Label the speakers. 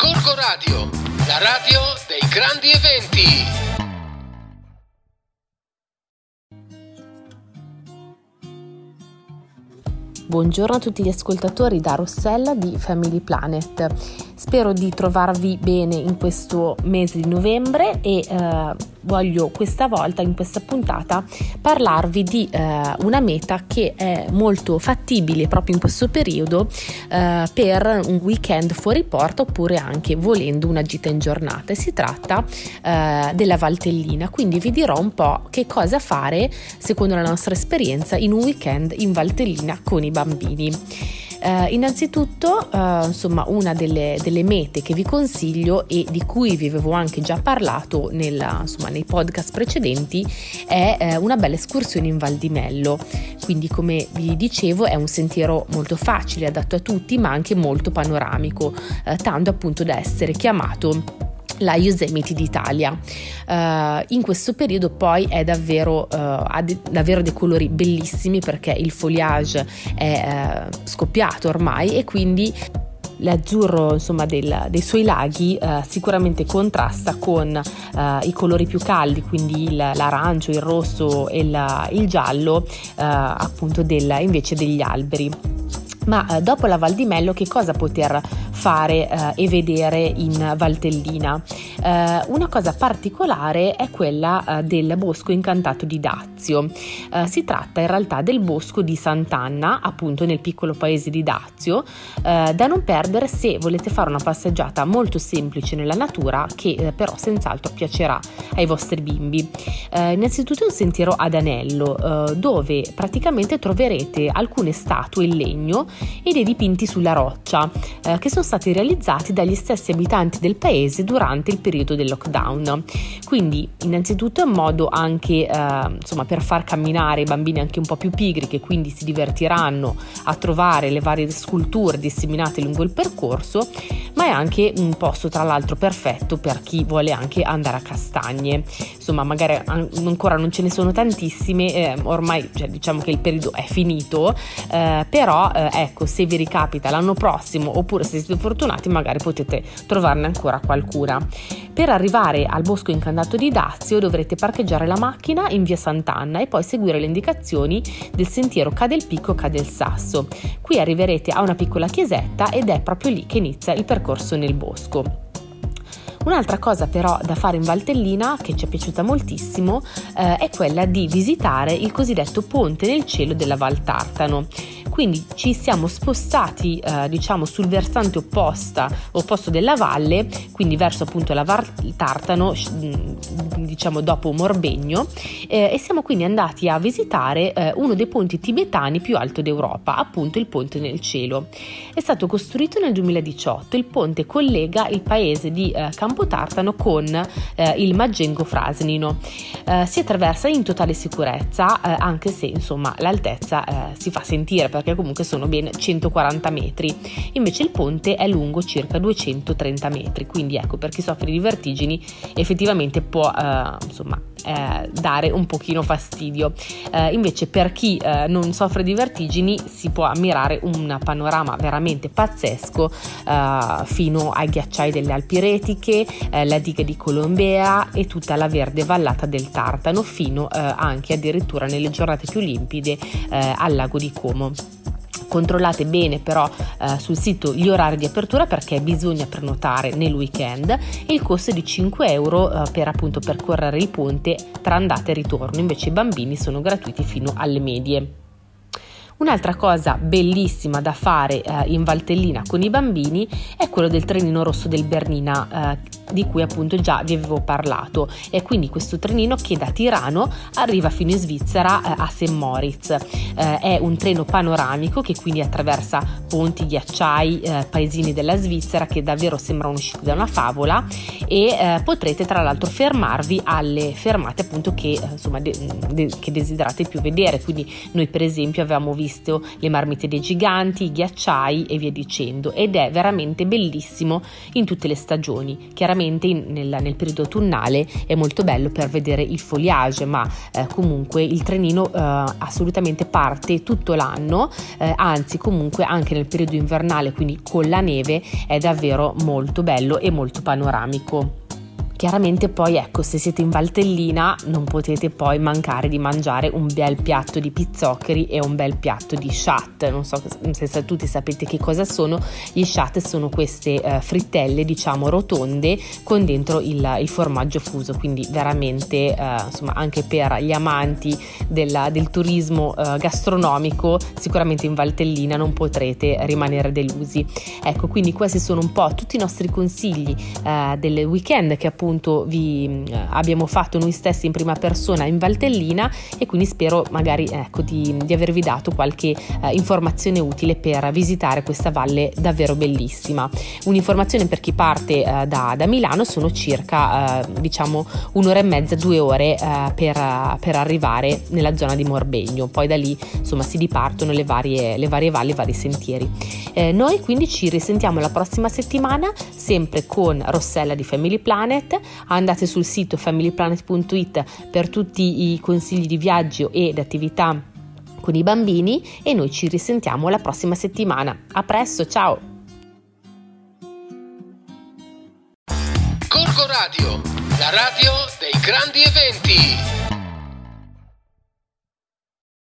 Speaker 1: Gorgo Radio, la radio dei grandi eventi.
Speaker 2: Buongiorno a tutti gli ascoltatori da Rossella di Family Planet. Spero di trovarvi bene in questo mese di novembre e voglio questa volta, in questa puntata, parlarvi di una meta che è molto fattibile proprio in questo periodo per un weekend fuori porta oppure anche volendo una gita in giornata. Si tratta della Valtellina, quindi vi dirò un po' che cosa fare secondo la nostra esperienza in un weekend in Valtellina con i bambini. Innanzitutto una delle mete che vi consiglio e di cui vi avevo anche già parlato nei podcast precedenti è una bella escursione in Val di Mello. Quindi, come vi dicevo, è un sentiero molto facile, adatto a tutti, ma anche molto panoramico, tanto appunto da essere chiamato la Yosemite d'Italia. In questo periodo poi è ha davvero dei colori bellissimi, perché il foliage è scoppiato ormai e quindi l'azzurro dei suoi laghi sicuramente contrasta con i colori più caldi, quindi l'arancio, il rosso e il giallo appunto invece degli alberi. Ma dopo la Val di Mello che cosa poter fare e vedere in Valtellina? Una cosa particolare è quella del bosco incantato di Dazio. Si tratta in realtà del bosco di Sant'Anna, appunto nel piccolo paese di Dazio, da non perdere se volete fare una passeggiata molto semplice nella natura, che però senz'altro piacerà ai vostri bimbi. Innanzitutto è un sentiero ad anello, dove praticamente troverete alcune statue in legno e dei dipinti sulla roccia che sono stati realizzati dagli stessi abitanti del paese durante il periodo del lockdown. Quindi innanzitutto è un modo anche per far camminare i bambini anche un po' più pigri, che quindi si divertiranno a trovare le varie sculture disseminate lungo il percorso, ma è anche un posto tra l'altro perfetto per chi vuole anche andare a castagne. Magari ancora non ce ne sono tantissime, ormai diciamo che il periodo è finito, però ecco, se vi ricapita l'anno prossimo oppure se siete fortunati magari potete trovarne ancora qualcuna. Per arrivare al bosco incantato di Dazio dovrete parcheggiare la macchina in via Sant'Anna e poi seguire le indicazioni del sentiero Ca del Picco Ca del Sasso. Qui arriverete a una piccola chiesetta ed è proprio lì che inizia il percorso nel bosco. Un'altra cosa però da fare in Valtellina, che ci è piaciuta moltissimo, è quella di visitare il cosiddetto ponte nel cielo della Val Tartano. Quindi ci siamo spostati sul versante opposto della valle, quindi verso appunto la Val Tartano, dopo Morbegno, e siamo quindi andati a visitare uno dei ponti tibetani più alto d'Europa, appunto il ponte nel cielo. È stato costruito nel 2018, il ponte collega il paese di Campo Tartano con il Magengo Frasnino. Si attraversa in totale sicurezza, anche se l'altezza si fa sentire, perché comunque sono ben 140 metri. Invece il ponte è lungo circa 230 metri, quindi ecco, per chi soffre di vertigini effettivamente può dare un pochino fastidio. Invece per chi non soffre di vertigini si può ammirare un panorama veramente pazzesco fino ai ghiacciai delle Alpi Retiche, la diga di Colombea e tutta la verde vallata del Tartano, fino anche addirittura nelle giornate più limpide al lago di Como. Controllate bene però sul sito gli orari di apertura, perché bisogna prenotare nel weekend, e il costo è di 5 euro per appunto percorrere il ponte tra andata e ritorno. Invece i bambini sono gratuiti fino alle medie. Un'altra cosa bellissima da fare in Valtellina con i bambini è quello del trenino rosso del Bernina, di cui appunto già vi avevo parlato. E quindi questo trenino che da Tirano arriva fino in Svizzera a St. Moritz. È un treno panoramico che quindi attraversa ponti, ghiacciai, paesini della Svizzera che davvero sembrano usciti da una favola, e potrete tra l'altro fermarvi alle fermate appunto che desiderate più vedere. Quindi noi per esempio avevamo visto visto le marmite dei giganti, i ghiacciai e via dicendo, ed è veramente bellissimo in tutte le stagioni. Chiaramente nel periodo autunnale è molto bello per vedere il foliage, ma comunque il trenino assolutamente parte tutto l'anno, anzi comunque anche nel periodo invernale, quindi con la neve, è davvero molto bello e molto panoramico. Chiaramente poi ecco, se siete in Valtellina non potete poi mancare di mangiare un bel piatto di pizzoccheri e un bel piatto di chat. Non so se tutti sapete che cosa sono. Gli chat sono queste frittelle, diciamo, rotonde con dentro il formaggio fuso, quindi veramente insomma, anche per gli amanti del turismo gastronomico, sicuramente in Valtellina non potrete rimanere delusi. Ecco, quindi questi sono un po' tutti i nostri consigli del weekend che appunto vi abbiamo fatto noi stessi in prima persona in Valtellina, e quindi spero magari di avervi dato qualche informazione utile per visitare questa valle davvero bellissima. Un'informazione per chi parte da Milano: sono circa diciamo 1 ora e mezza, 2 ore per arrivare nella zona di Morbegno. Poi da lì insomma si dipartono le varie valli, i vari sentieri. Noi quindi ci risentiamo la prossima settimana, sempre con Rossella di Family Planet. Andate sul sito familyplanet.it per tutti i consigli di viaggio ed attività con i bambini, e noi ci risentiamo la prossima settimana. A presto, ciao!
Speaker 1: Gorgo Radio, la radio dei grandi eventi.